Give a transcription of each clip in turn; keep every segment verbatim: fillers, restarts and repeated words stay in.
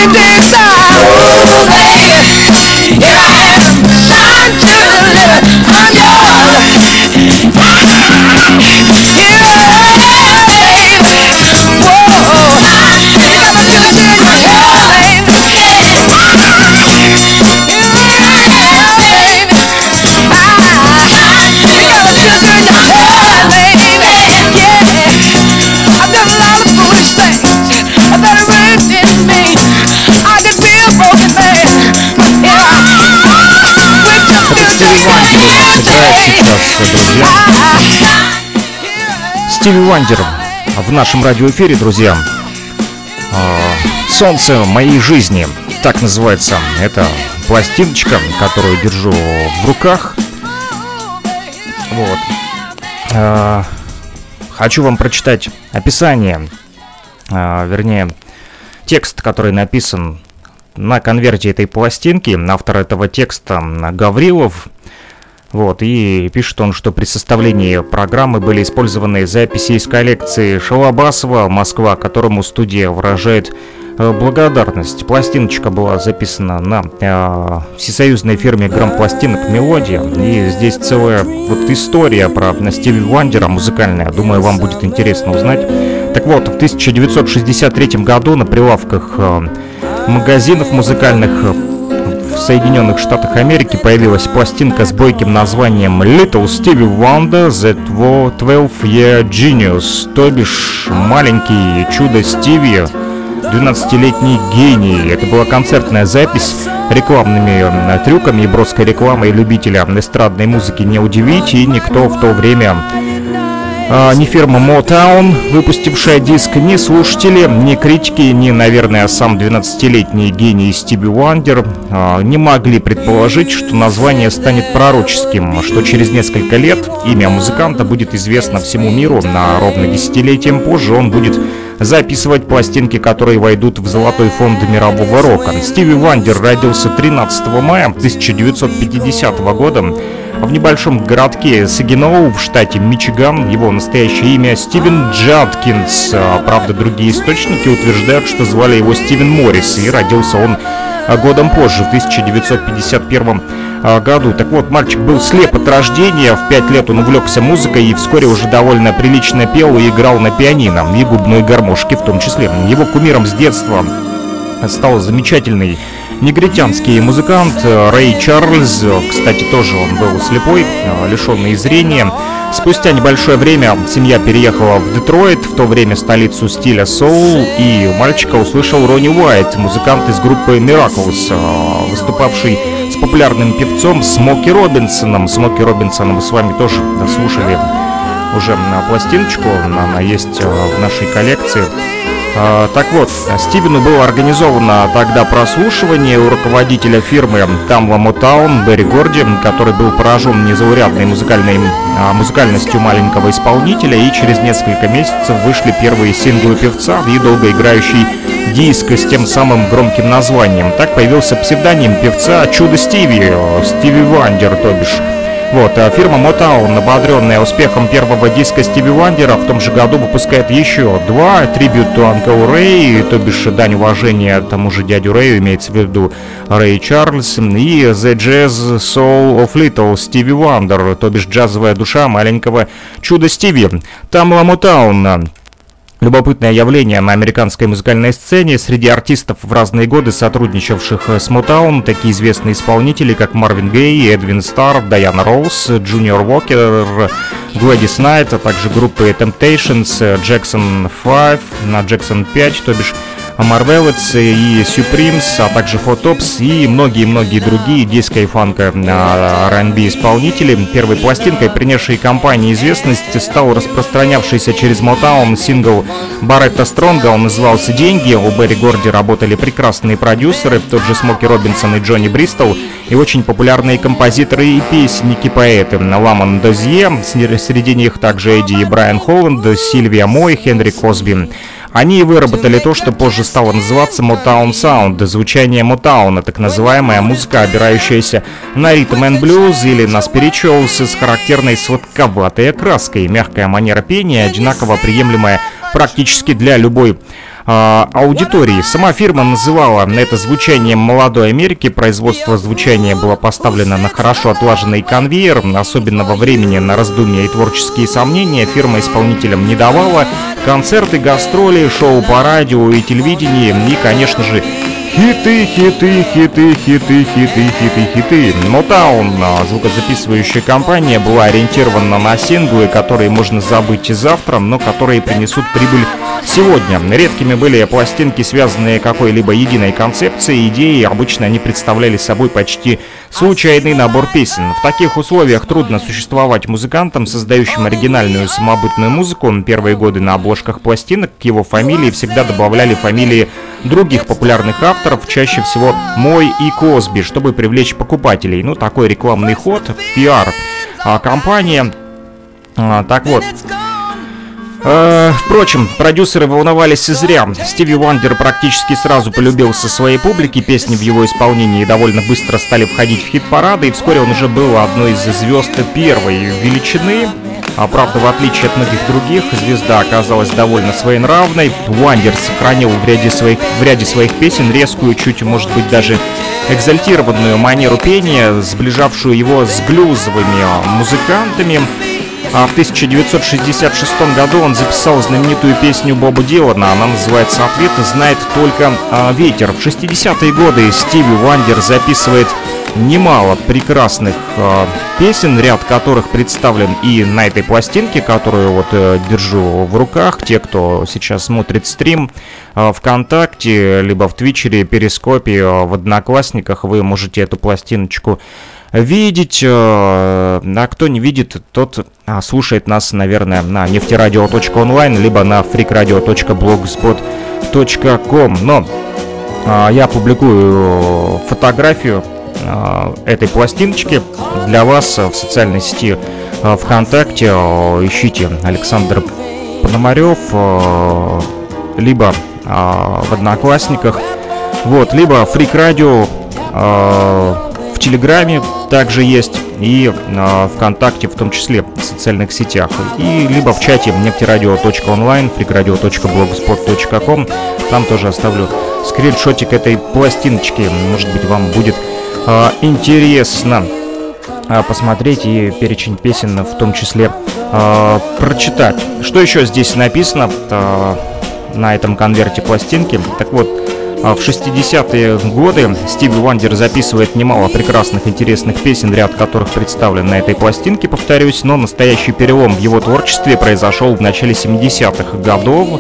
Друзья, Стиви Вандер в нашем радиоэфире, друзья. «Солнце моей жизни», так называется эта пластиночка, которую держу в руках. Вот. Хочу вам прочитать описание, вернее, текст, который написан на конверте этой пластинки. Автор этого текста Гаврилов. Вот, и пишет он, что при составлении программы были использованы записи из коллекции Шалабасова «Москва», которому студия выражает э, благодарность. Пластиночка была записана на э, всесоюзной фирме грампластинок «Мелодия». И здесь целая вот история про Стиви Вандера музыкальная. Думаю, вам будет интересно узнать. Так вот, в тысяча девятьсот шестьдесят третьем году на прилавках э, магазинов музыкальных в Соединенных Штатах Америки появилась пластинка с бойким названием Little Stevie Wonder The twelve-year Genius, то бишь маленький чудо Стиви, двенадцатилетний гений. Это была концертная запись рекламными трюками и броской рекламой. Любителя эстрадной музыки не удивить, и никто в то время, ни фирма Motown, выпустившая диск, ни слушатели, ни критики, ни, наверное, сам двенадцатилетний гений Стиви Вандер не могли предположить, что название станет пророческим, что через несколько лет имя музыканта будет известно всему миру, на ровно десятилетием позже он будет записывать пластинки, которые войдут в золотой фонд мирового рока. Стиви Вандер родился тринадцатого мая тысяча девятьсот пятидесятого года в небольшом городке Сагиноу в штате Мичиган. Его настоящее имя Стивен Джадкинс. Правда, другие источники утверждают, что звали его Стивен Моррис, и родился он годом позже, в тысяча девятьсот пятьдесят первом году. Так вот, мальчик был слеп от рождения, в пять лет он увлекся музыкой и вскоре уже довольно прилично пел и играл на пианино, и губной гармошке в том числе. Его кумиром с детства стал замечательный негритянский музыкант Рэй Чарльз. Кстати, тоже он был слепой, лишенный зрения. Спустя небольшое время семья переехала в Детройт, в то время столицу стиля соул, и мальчика услышал Ронни Уайт, музыкант из группы Miracles, выступавший с популярным певцом Смоки Робинсоном. Смоки Робинсона мы с вами тоже слушали уже на пластиночку, она есть в нашей коллекции. Так вот, Стивену было организовано тогда прослушивание у руководителя фирмы Tamla Motown Берри Горди, который был поражен незаурядной музыкальной, музыкальностью маленького исполнителя, и через несколько месяцев вышли первые синглы певца и долгоиграющий диск с тем самым громким названием. Так появился псевдоним певца «Чудо Стиви», Стиви Вандер, то бишь. Вот, фирма Motown, ободренная успехом первого диска Стиви Вандера, в том же году выпускает еще два: Tribute to Uncle Ray, то бишь дань уважения тому же дядю Рэю, имеется в виду Рэй Чарльз, и The Jazz Soul of Little Stevie Wonder, то бишь джазовая душа маленького чуда Стиви. Tamla Motown. Любопытное явление на американской музыкальной сцене. Среди артистов в разные годы, сотрудничавших с Motown, такие известные исполнители, как Марвин Гей, Эдвин Старр, Дайана Роуз, Джуниор Уокер, Глэдис Найт, а также группы Temptations, Jackson пять, на Jackson пять, то бишь Marvelettes и Supremes, а также Four Tops и многие-многие другие диско и фанка ар энд би исполнители. Первой пластинкой, принесшей компании известность, стал распространявшийся через Motown сингл Барретта Стронга. Он назывался «Деньги». У Берри Горди работали прекрасные продюсеры, тот же Смоки Робинсон и Джонни Бристол, и очень популярные композиторы и песенники-поэты Ламон Дозье, среди них также Эдди и Брайан Холланд, Сильвия Мой, Хенри Косби. Они выработали то, что позже стало называться Motown Sound, звучание Motown, так называемая музыка, опирающаяся на ритм and блюз или на спиричуалс с характерной сладковатой окраской, мягкая манера пения, одинаково приемлемая практически для любой аудитории. Сама фирма называла это звучанием молодой Америки. Производство звучания было поставлено на хорошо отлаженный конвейер. Особенного времени на раздумья и творческие сомнения фирма исполнителям не давала. Концерты, гастроли, шоу по радио и телевидению и, конечно же, хиты, хиты, хиты, хиты, хиты, хиты, хиты. Motown, звукозаписывающая компания, была ориентирована на синглы, которые можно забыть и завтра, но которые принесут прибыль сегодня. Редкими были пластинки, связанные какой-либо единой концепцией, идеей. Обычно они представляли собой почти случайный набор песен. В таких условиях трудно существовать музыкантам, создающим оригинальную самобытную музыку. Первые годы на обложках пластинок к его фамилии всегда добавляли фамилии других популярных авторов, чаще всего Мой и Косби, чтобы привлечь покупателей. Ну, такой рекламный ход, пиар. А компания... А, так вот... Э, впрочем, продюсеры волновались и зря. Стиви Вандер практически сразу полюбился своей публике, песни в его исполнении довольно быстро стали входить в хит-парады, и вскоре он уже был одной из звезд первой величины. А правда, в отличие от многих других, звезда оказалась довольно своенравной. Вандер сохранил в ряде своих, в ряде своих песен резкую, чуть, может быть, даже экзальтированную манеру пения, сближавшую его с блюзовыми музыкантами. А в тысяча девятьсот шестьдесят шестом году он записал знаменитую песню Боба Дилана. Она называется «Ответ знает только а, ветер». В шестидесятые годы Стиви Вандер записывает немало прекрасных а, песен, ряд которых представлен и на этой пластинке, которую вот э, держу в руках. Те, кто сейчас смотрит стрим э, ВКонтакте, либо в Твичере, Перископе, э, в Одноклассниках, вы можете эту пластиночку видеть, а кто не видит, тот а, слушает нас, наверное, на нефтерадио точка онлайн, либо на фрикрадио точка блогспот точка ком. Но а, я публикую фотографию а, этой пластиночки для вас в социальной сети а, ВКонтакте. А, ищите Александр Пономарев, а, либо а, в Одноклассниках, вот, либо фрикрадио. А, в Телеграме также есть, и э, ВКонтакте, в том числе в социальных сетях, и либо в чате нефтерадио точка онлайн, фрикрадио точка блогспот точка ком. Там тоже оставлю скриншотик этой пластиночки. Может быть, вам будет э, интересно э, посмотреть и перечень песен в том числе э, прочитать. Что еще здесь написано э, на этом конверте пластинки? Так вот, в шестидесятые годы Стиви Вандер записывает немало прекрасных, интересных песен, ряд которых представлен на этой пластинке, повторюсь, но настоящий перелом в его творчестве произошел в начале семидесятых годов,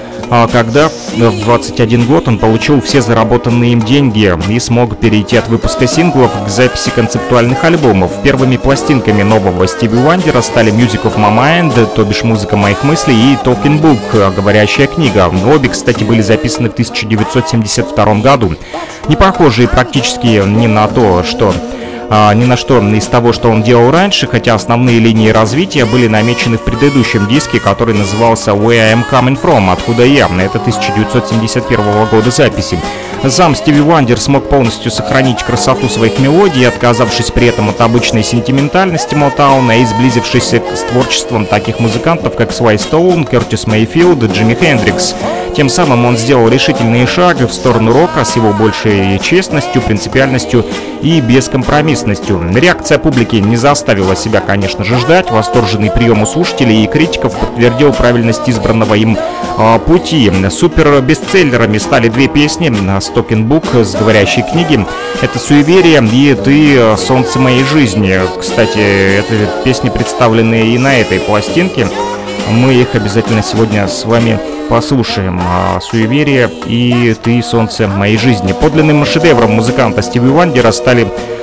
когда в двадцать один год он получил все заработанные им деньги и смог перейти от выпуска синглов к записи концептуальных альбомов. Первыми пластинками нового Стиви Вандера стали Music of My Mind, то бишь музыка моих мыслей, и Talking Book, говорящая книга. Обе, кстати, были записаны в тысяча девятьсот семьдесят втором году. Не похожие практически ни на то, что... А, ни на что из того, что он делал раньше, хотя основные линии развития были намечены в предыдущем диске, который назывался Where I'm Coming From, откуда я. Это тысяча девятьсот семьдесят первого года записи. Сам Стиви Вандер смог полностью сохранить красоту своих мелодий, отказавшись при этом от обычной сентиментальности Мотауна и сблизившись с творчеством таких музыкантов, как Свай Стоун, Кертис Мейфилд и Джимми Хендрикс. Тем самым он сделал решительные шаги в сторону рока с его большей честностью, принципиальностью и бескомпромиссностью. Реакция публики не заставила себя, конечно же, ждать. Восторженный прием у слушателей и критиков подтвердил правильность избранного им э, пути. Супер-бестселлерами стали две песни «Talking Book» с говорящей книги. Это «Суеверие» и «Ты, солнце моей жизни». Кстати, это песни представлены и на этой пластинке. Мы их обязательно сегодня с вами послушаем. «Суеверие» и «Ты, солнце моей жизни». Подлинным шедевром музыканта Стиви Вандера стали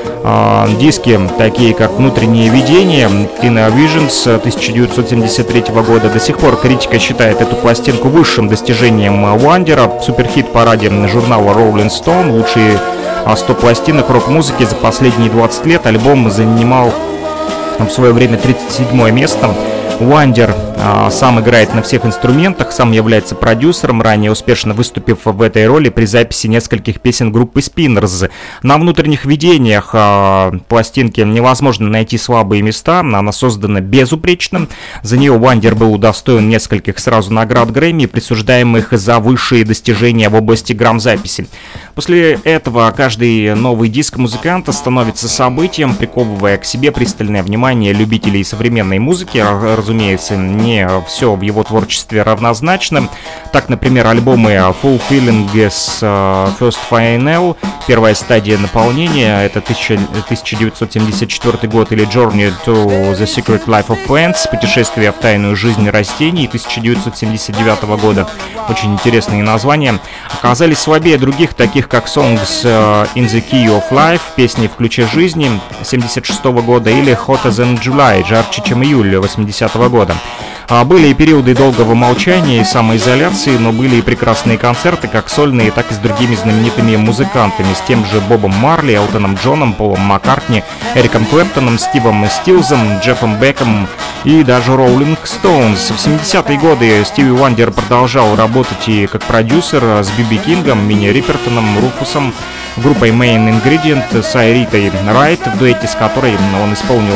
э, диски, такие как «Внутреннее видение», «Inner Visions» тысяча девятьсот семьдесят третьего года. До сих пор критика считает эту пластинку высшим достижением Вандера. В суперхит-параде журнала Rolling Stone «Лучшие сто пластинок рок-музыки за последние двадцать лет» альбом занимал в свое время тридцать седьмое место. Wonder а, сам играет на всех инструментах, сам является продюсером, ранее успешно выступив в этой роли при записи нескольких песен группы Spinners. На внутренних видениях а, пластинки невозможно найти слабые места, она создана безупречно. За нее Wonder был удостоен нескольких сразу наград Грэмми, присуждаемых за высшие достижения в области грамзаписи. После этого каждый новый диск музыканта становится событием, приковывая к себе пристальное внимание любителей современной музыки. Разумеется, не все в его творчестве равнозначно. Так, например, альбомы Fulfilling с First Final, первая стадия наполнения, это тысяча девятьсот семьдесят четвёртый год, или Journey to the Secret Life of Plants, путешествие в тайную жизнь растений, тысяча девятьсот семьдесят девятого года. Очень интересные названия. Оказались слабее других, таких как Songs in the Key of Life, песни в ключе жизни семьдесят шестого года, или Hotter than July, жарче, чем июль восьмидесятого года. Были и периоды долгого молчания и самоизоляции, но были и прекрасные концерты, как сольные, так и с другими знаменитыми музыкантами, с тем же Бобом Марли, Элтоном Джоном, Полом Маккартни, Эриком Клэптоном, Стивом Стилзом, Джеффом Беком и даже Rolling Stones. В семидесятые годы Стиви Уандер продолжал работать и как продюсер с Би Би Кингом, Мини Рипертоном, Руфусом, группой Main Ingredient с Айритой Райт, в дуэте с которой он исполнил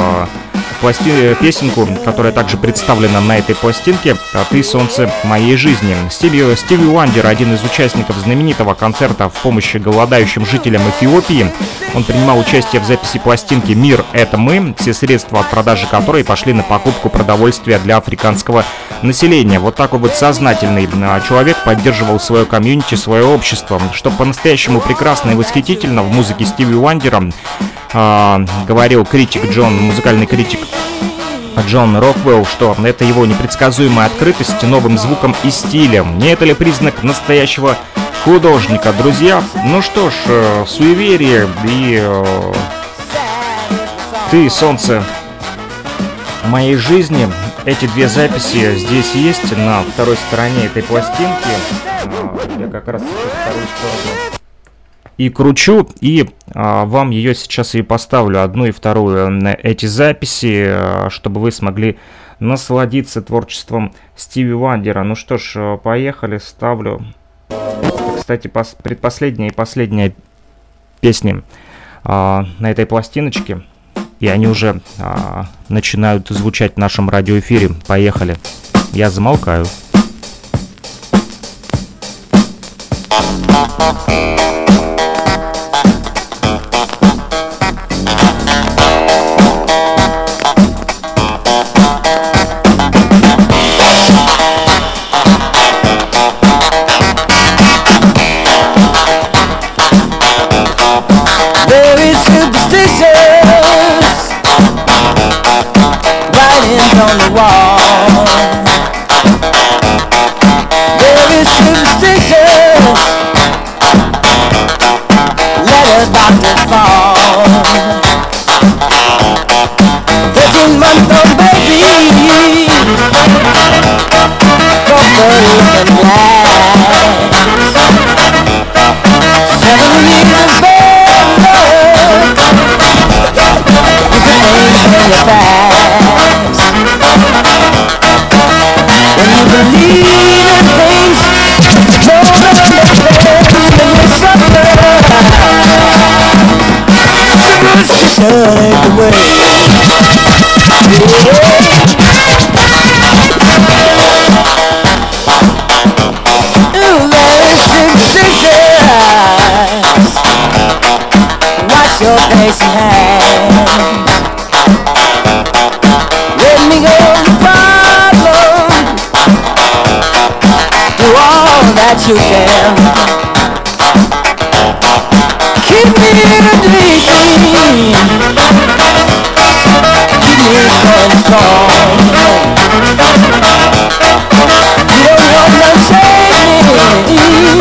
Пласти... песенку, которая также представлена на этой пластинке, «Ты солнце моей жизни». Стиви, Стиви Уандер — один из участников знаменитого концерта в помощь голодающим жителям Эфиопии. Он принимал участие в записи пластинки «Мир — это мы», все средства от продажи которой пошли на покупку продовольствия для африканского населения. Вот такой вот сознательный человек поддерживал свое комьюнити, свое общество. Что по-настоящему прекрасно и восхитительно в музыке Стиви Уандера, э, говорил критик Джон, музыкальный критик Джон Роквелл, что это его непредсказуемая открытость новым звуком и стилем. Не это ли признак настоящего художника, друзья? Ну что ж, э, суеверие и э, «Ты солнце моей жизни». Эти две записи здесь есть на второй стороне этой пластинки. Э, я как раз сейчас вторую сторону и кручу, и а, вам ее сейчас и поставлю, одну и вторую, на эти записи, а, чтобы вы смогли насладиться творчеством Стиви Уандера. Ну что ж, поехали, ставлю. Кстати, пос- предпоследняя и последняя песни а, на этой пластиночке, и они уже а, начинают звучать в нашем радиоэфире. Поехали. Я замолкаю. On the wall, there is superstition. Let us about to fall. Thirteen month old baby, both are looking black. Seven years of bad luck, you can ain't the past. When you believe in things no one understands, and you suffer, superstition ain't the way. Ooh, there is superstition. Wash your face and hands. Let me go to the problem. Do all that you can. Keep me in a dream. Keep me going strong. You don't want to change me.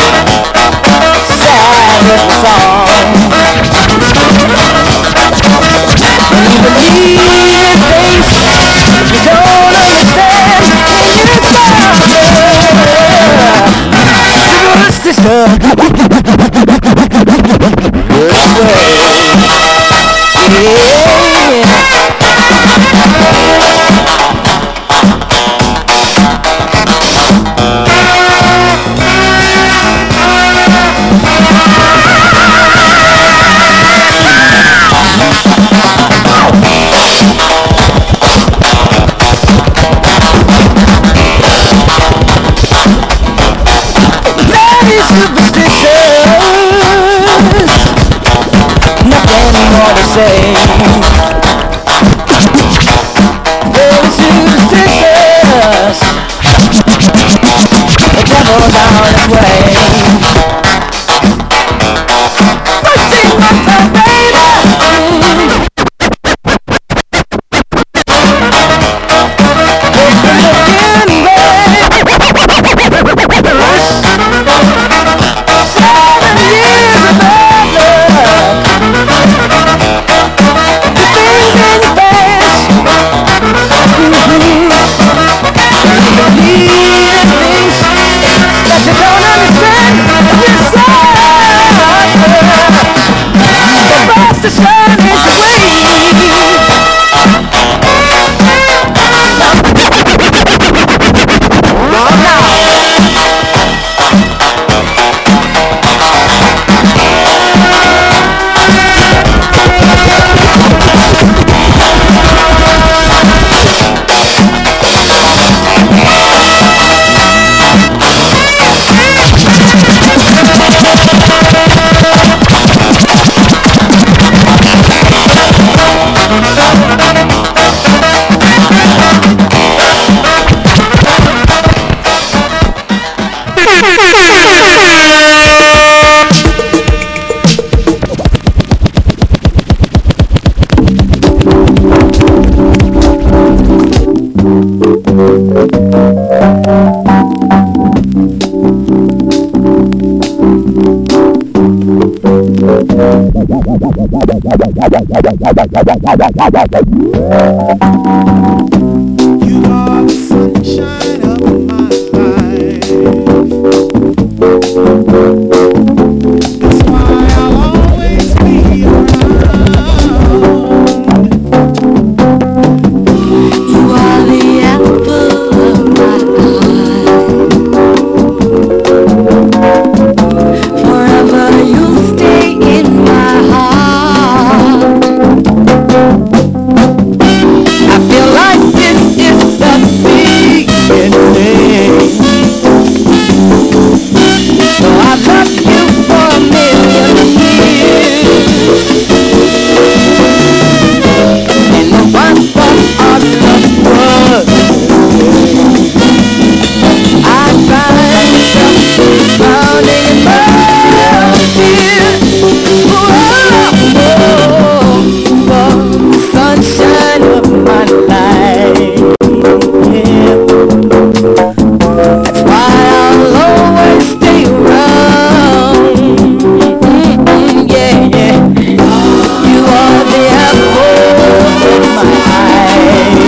Sad is the song. When you believe in things you don't understand, and you superstition. Yeah. same. Those who diss us, the devil's on his way. Pushing my time, baby. The sun is You are the sunshine of my life. That's why I'll always be around. You are the apple of my eye. Forever you'll stay in my heart. I feel like this is the beginning. So I love you for a million years. In the wonder of the world, I find myself drowning in tears. Whoa, whoa, the sunshine of my life. Yeah. That's why I'll always stay around. Mm-mm, yeah, yeah. You are the apple of my eye.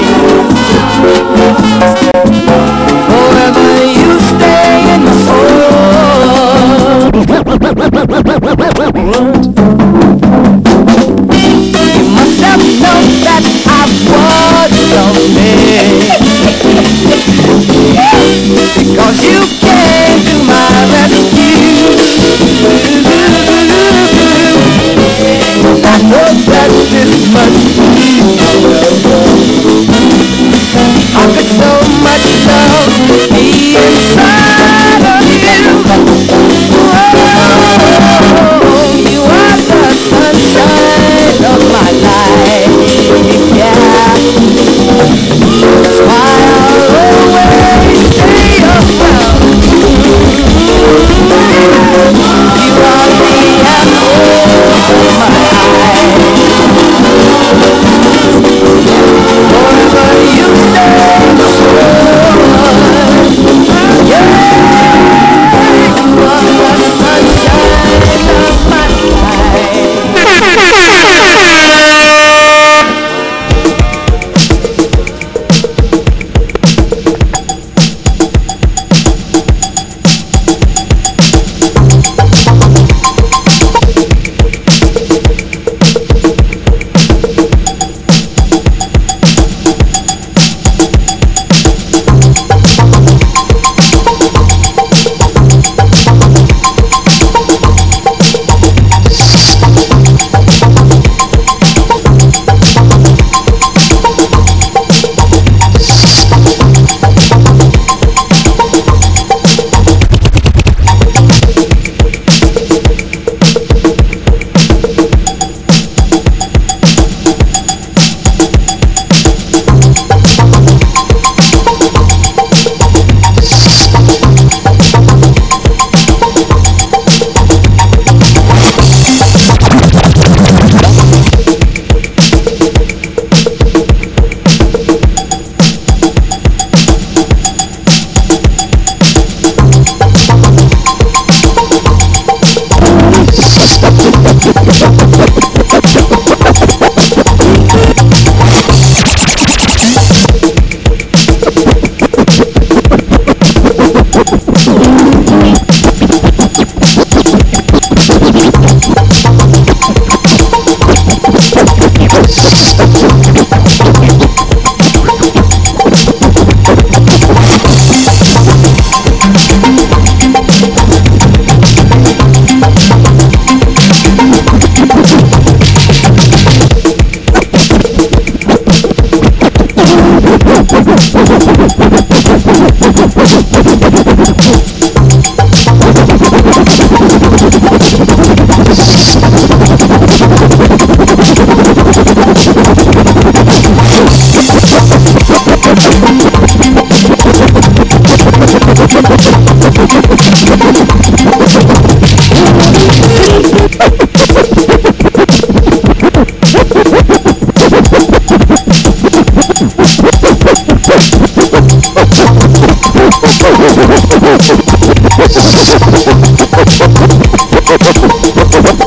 Forever you stay in my soul. You must have known that I was lonely, because you came to my rescue. I know that this must be forever. How could so much love be inside of you? Whoa.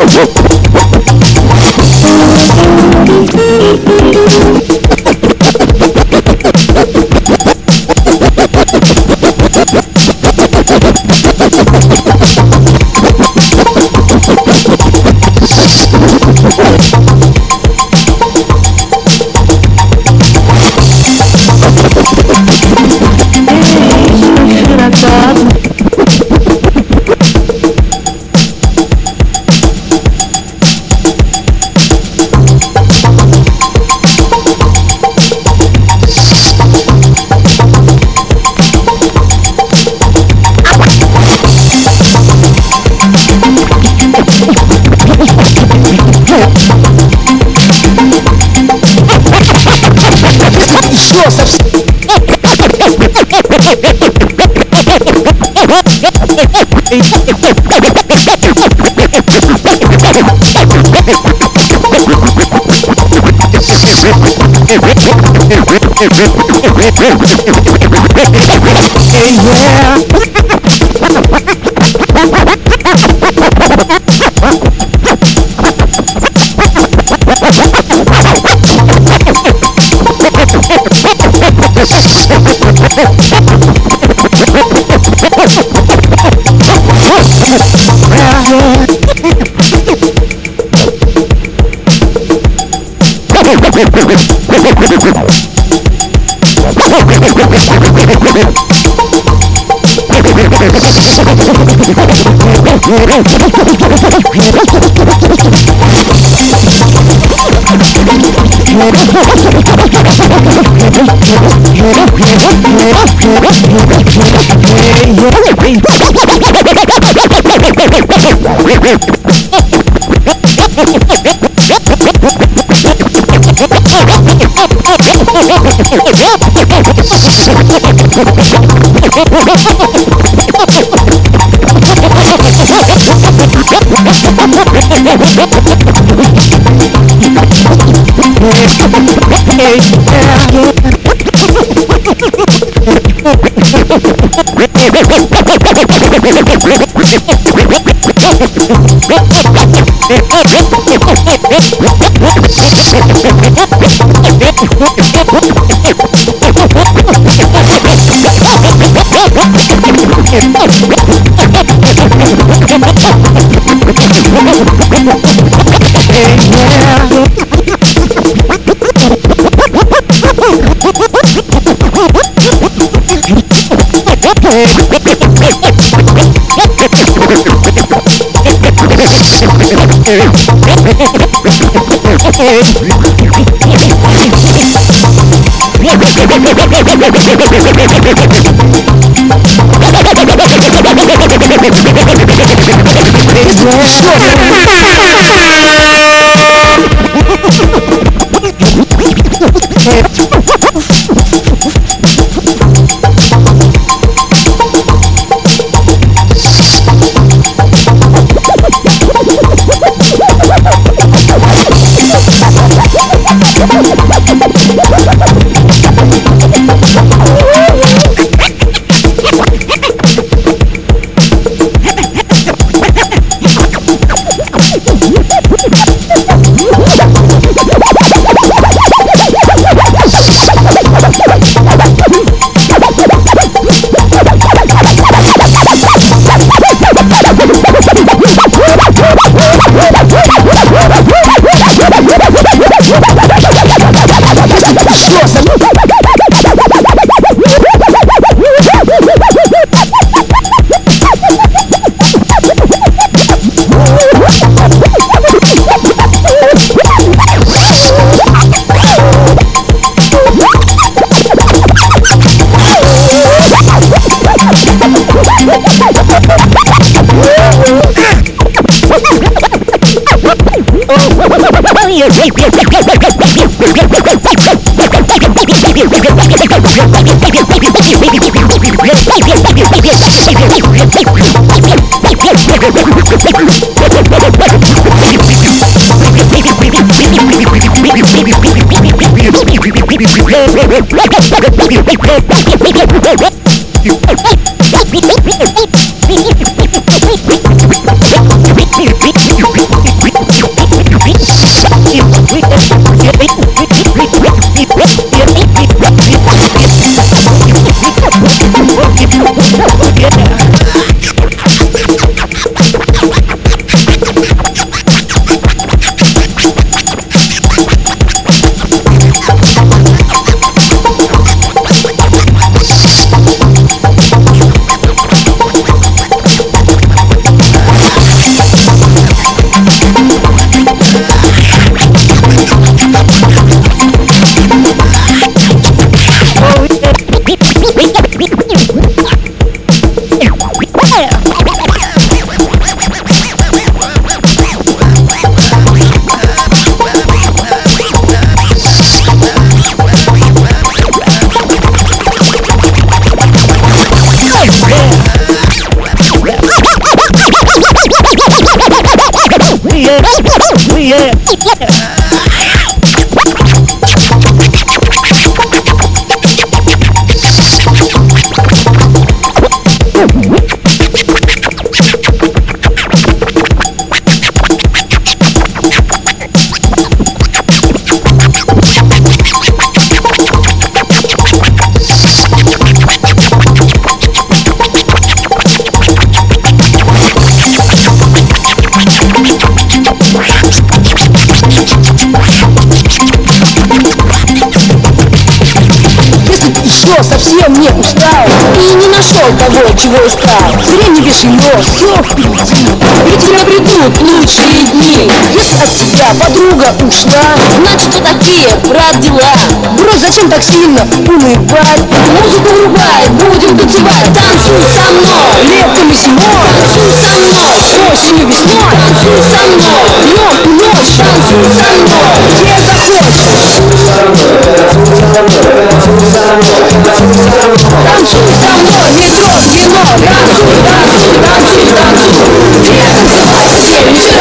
We'll be right back. yeah. Совсем не устал и не нашел того, чего искал. Зря не вешай нос, все впереди. Ведь тебя придут лучшие дни. Если от тебя подруга ушла, значит, что такие, брат, дела. Брось, зачем так сильно унывать? Музыку врубай, будем танцевать. Танцуй со мной, летом и зимой. Танцуй со мной, осенью, весной. Танцуй со мной, днем и ночью. Танцуй со мной, где захочешь. Танцуй со мной, метро, кино. Танцуй, танцуй, танцуй, танцуй. Где танцевать, где не все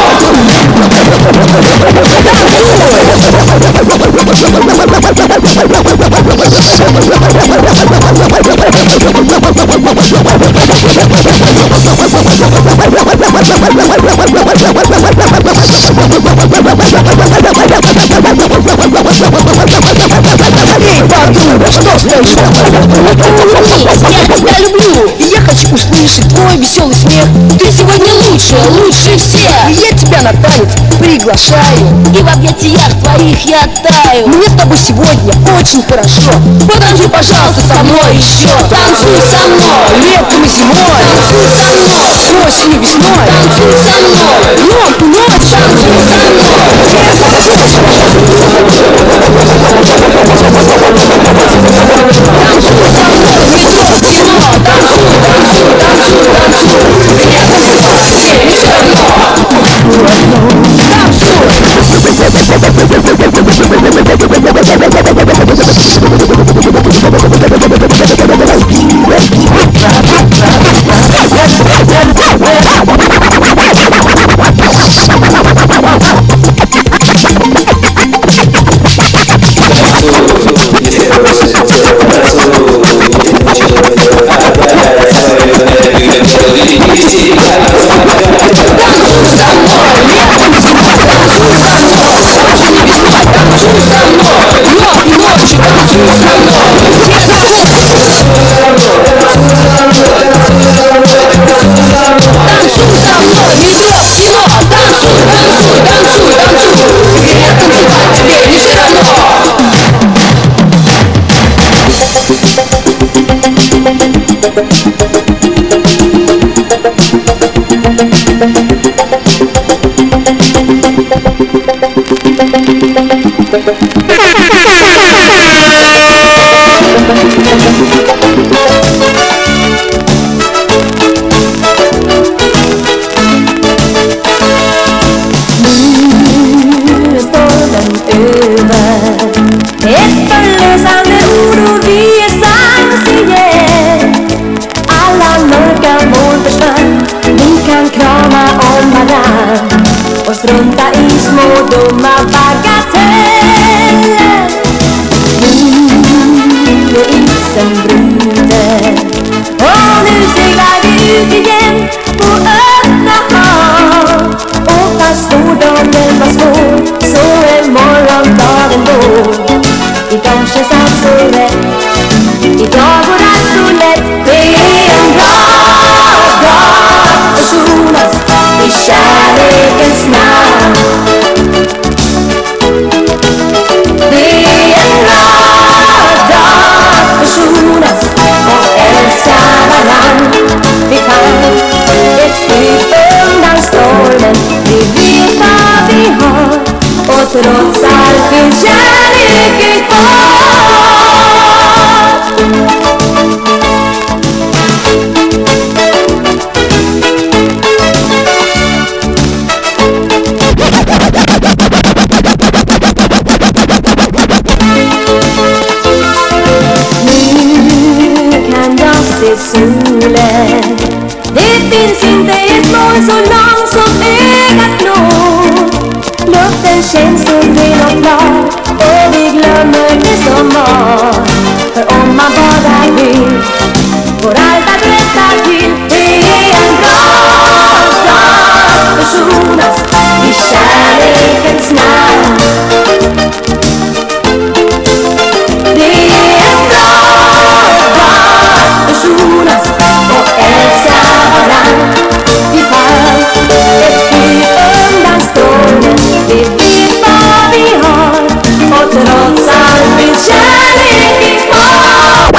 подруга, что стоишь? Улыбнись, я тебя люблю. И я хочу услышать твой веселый смех. Ты сегодня лучше, лучше всех. И я тебя на танец приглашаю. И в объятиях твоих я таю. Мне с тобой сегодня очень хорошо. Потанцуй, пожалуйста, со мной еще. Танцуй со мной, летом и зимой. Танцуй со мной, осенью, весной. Танцуй со мной, днем и ночью. Танцуй со мной, где захочешь. Танцуй со мной, метро, кино. Танцуй, танцуй, танцуй, танцуй. Где танцевать, где не все равно. Танцуй. Strunta i små dumma bagateller. Nu är isen bruten och nu seglar vi ut igen på öppna hav. Och fast stordagen var svår så är morgondagen vår. Idag känns allt så rätt, idag går allt så lätt. Det är en bra dag att försonas i kärlekens namn. Det är en bra dag att försonas och älska varann. Vi kan ett skydd undan stormen, vi vet vad vi har. Och trots allt finns kärleken kvar. solen. Det finns inte ett mål så långt som ögat når. känslor blir nåt glad och vi glömmer det som var. För om man bara vill får allt att rätta till. Det är en bra dag försonas i kärlekens namn. Det är en bra dag försonas och älska varann. Vi fall ett flyg undan stormen. Vi vet vad vi har och trots allt vill kärleken kvar.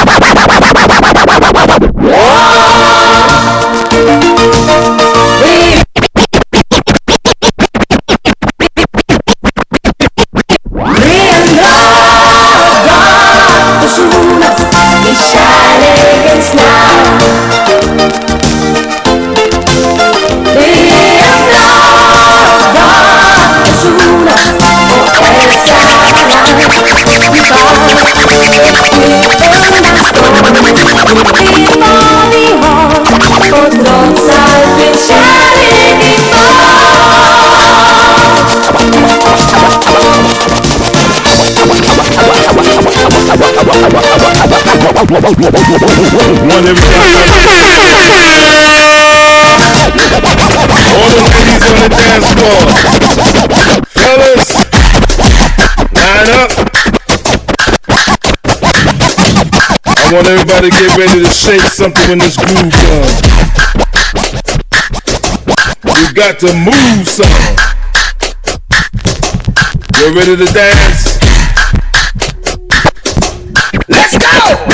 One everybody. All the ladies on the dance floor. Fellas, line up. I want everybody to get ready to shake something when this groove comes. You got to move some. You ready to dance? Let's go!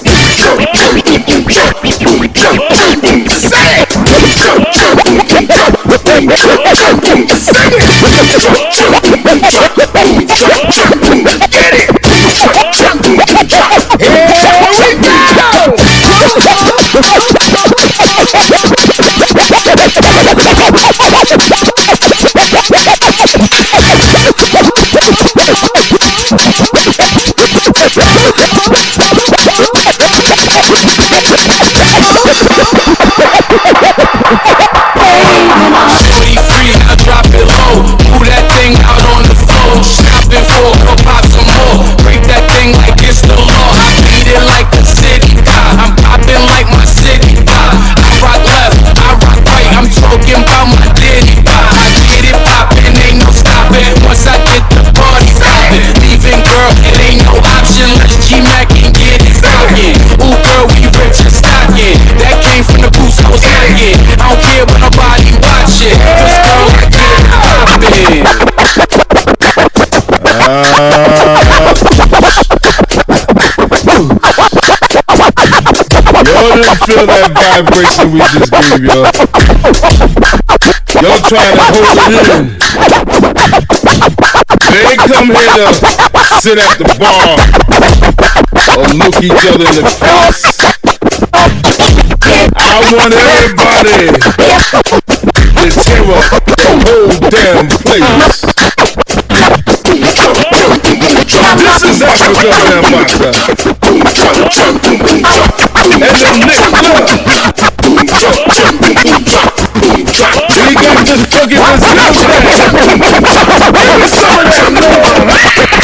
Shorty free, I drop it low. Move that thing out on the floor. Shopping for her, pop some more. Break that thing like it's the law. I beat it like a city cop. I'm popping like my city pop. I rock left, I rock right. I'm talking about my ditty pop. I get it poppin', ain't no stopping. Once I get the party stoppin', leaving girl, it ain't no option. Let's G-Mac and get it started. Ooh girl, we rich and stocking. That came from the boost I was hanging. I don't care what nobody watch it. Cause girl, I get it poppin'. Y'all didn't feel that vibration we just gave y'all. Y'all trying to hold it in. They ain't come here to sit at the bar or look each other in the face. I want everybody to tear up the whole damn place. This is Africa and Maka. And the Nick Love. We got this fucking Brazil thing. Give me some of that love.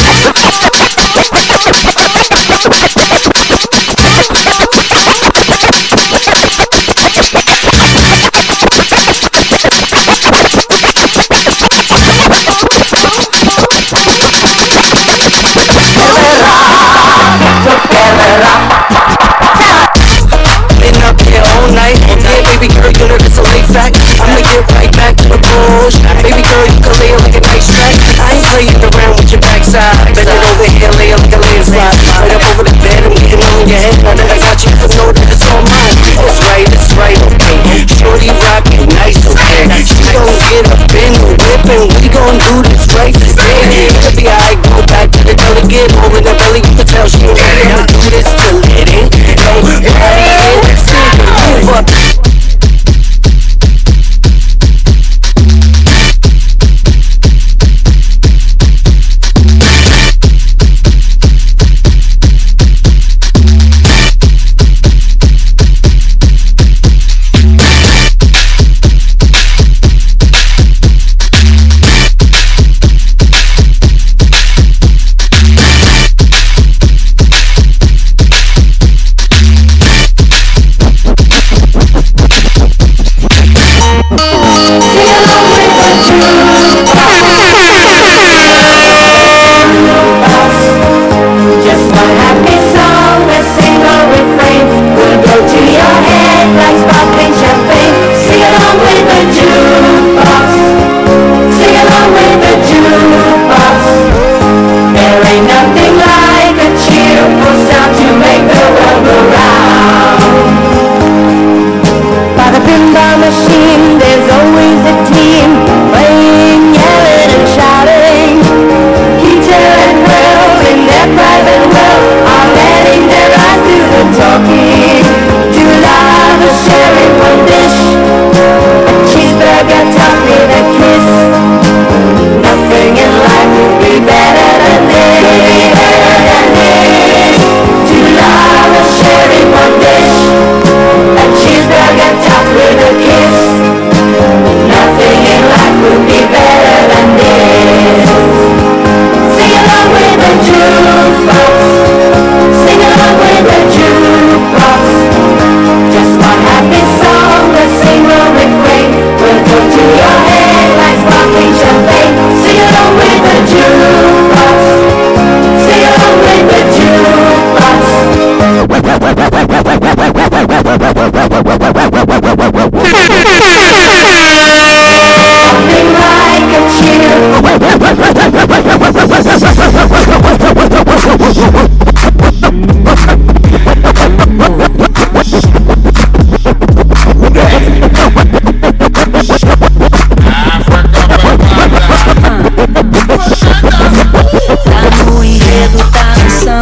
Baby girl, you know it's a late fact. I'ma get right back to the bullshit. Baby girl, you can lay it like a nice track. I ain't playing around with your backside. Bend it over here, lay it like a landslide. Right up over the bed and getting on your head. Now that I got you, I know that it's all mine. It's right, it's right, okay. Shorty rockin' nice, okay. She gon' get up in the whip and we gon' do this right today. Baby, I go back to the girl to get over the belly. You can tell she ain't ready. I'ma do this till it ain't. Hey, everybody in the city, move up.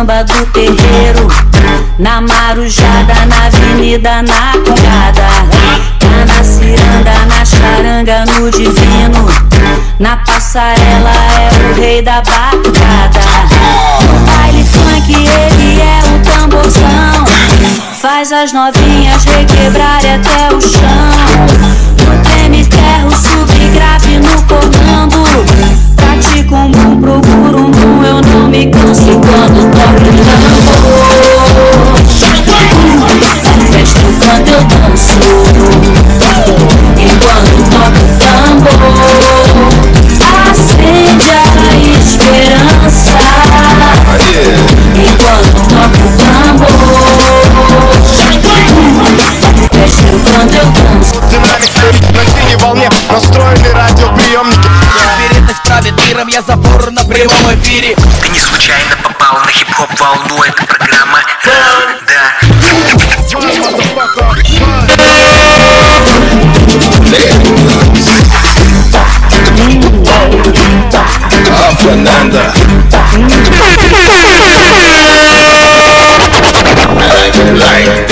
samba do terreiro, na marujada, na avenida, na congada, tá na ciranda, na charanga, no divino, na passarela é o rei da batucada. No baile funk ele é o tamborzão, faz as novinhas requebrarem até o chão. No treme terra, sub grave no comando, pratico um bom, procuro um bom, eu não me canso quando toco tambor. Na festa quando eu danço, e quando toco tambor, acende a esperança. E quando toco tambor, festa quando eu danço. На синей волне настроены радиоприемники. Вероятность правит миром, я забор на прямом эфире. Ты не случайно попал на хип-хоп волну, это программа да. А Фернандо. Like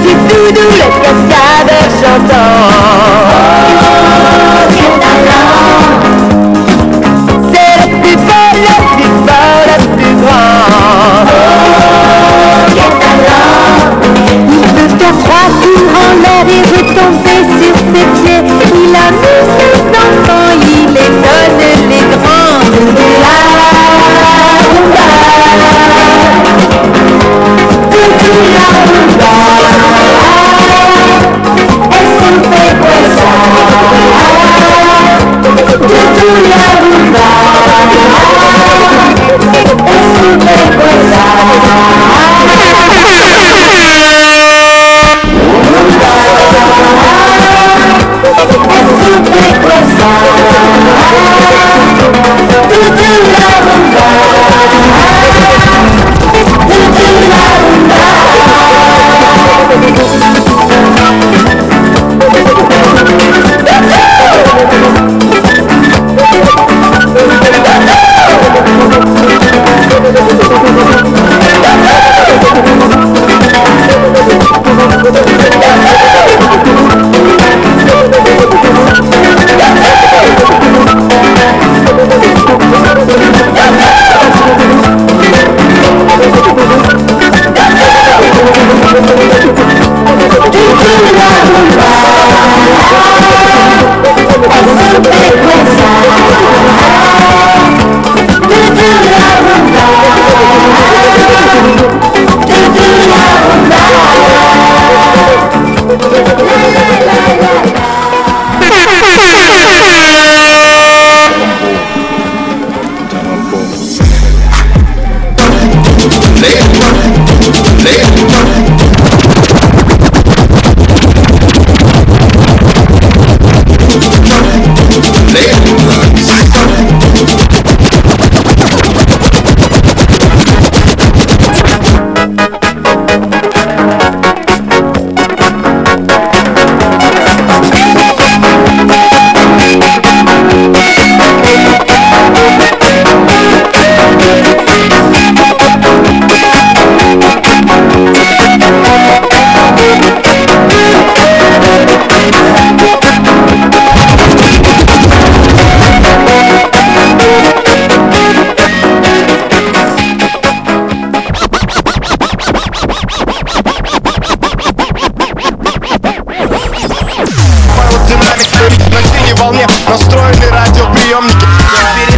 petit doudou, le cascadeur chantant. Oh, quel talent! C'est le plus beau, le plus fort, le plus grand. Oh, quel talent! Il peut faire trois tours en l'air et retomber sur ses pieds. Il amuse les enfants, il étonne les grands. La rumba, toute la rumba, es un pecuesa. Toute la rumba, es un pecuesa.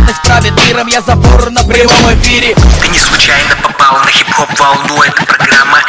Я забор на прямом эфире. Ты не случайно попал на хип-хоп волну, это программа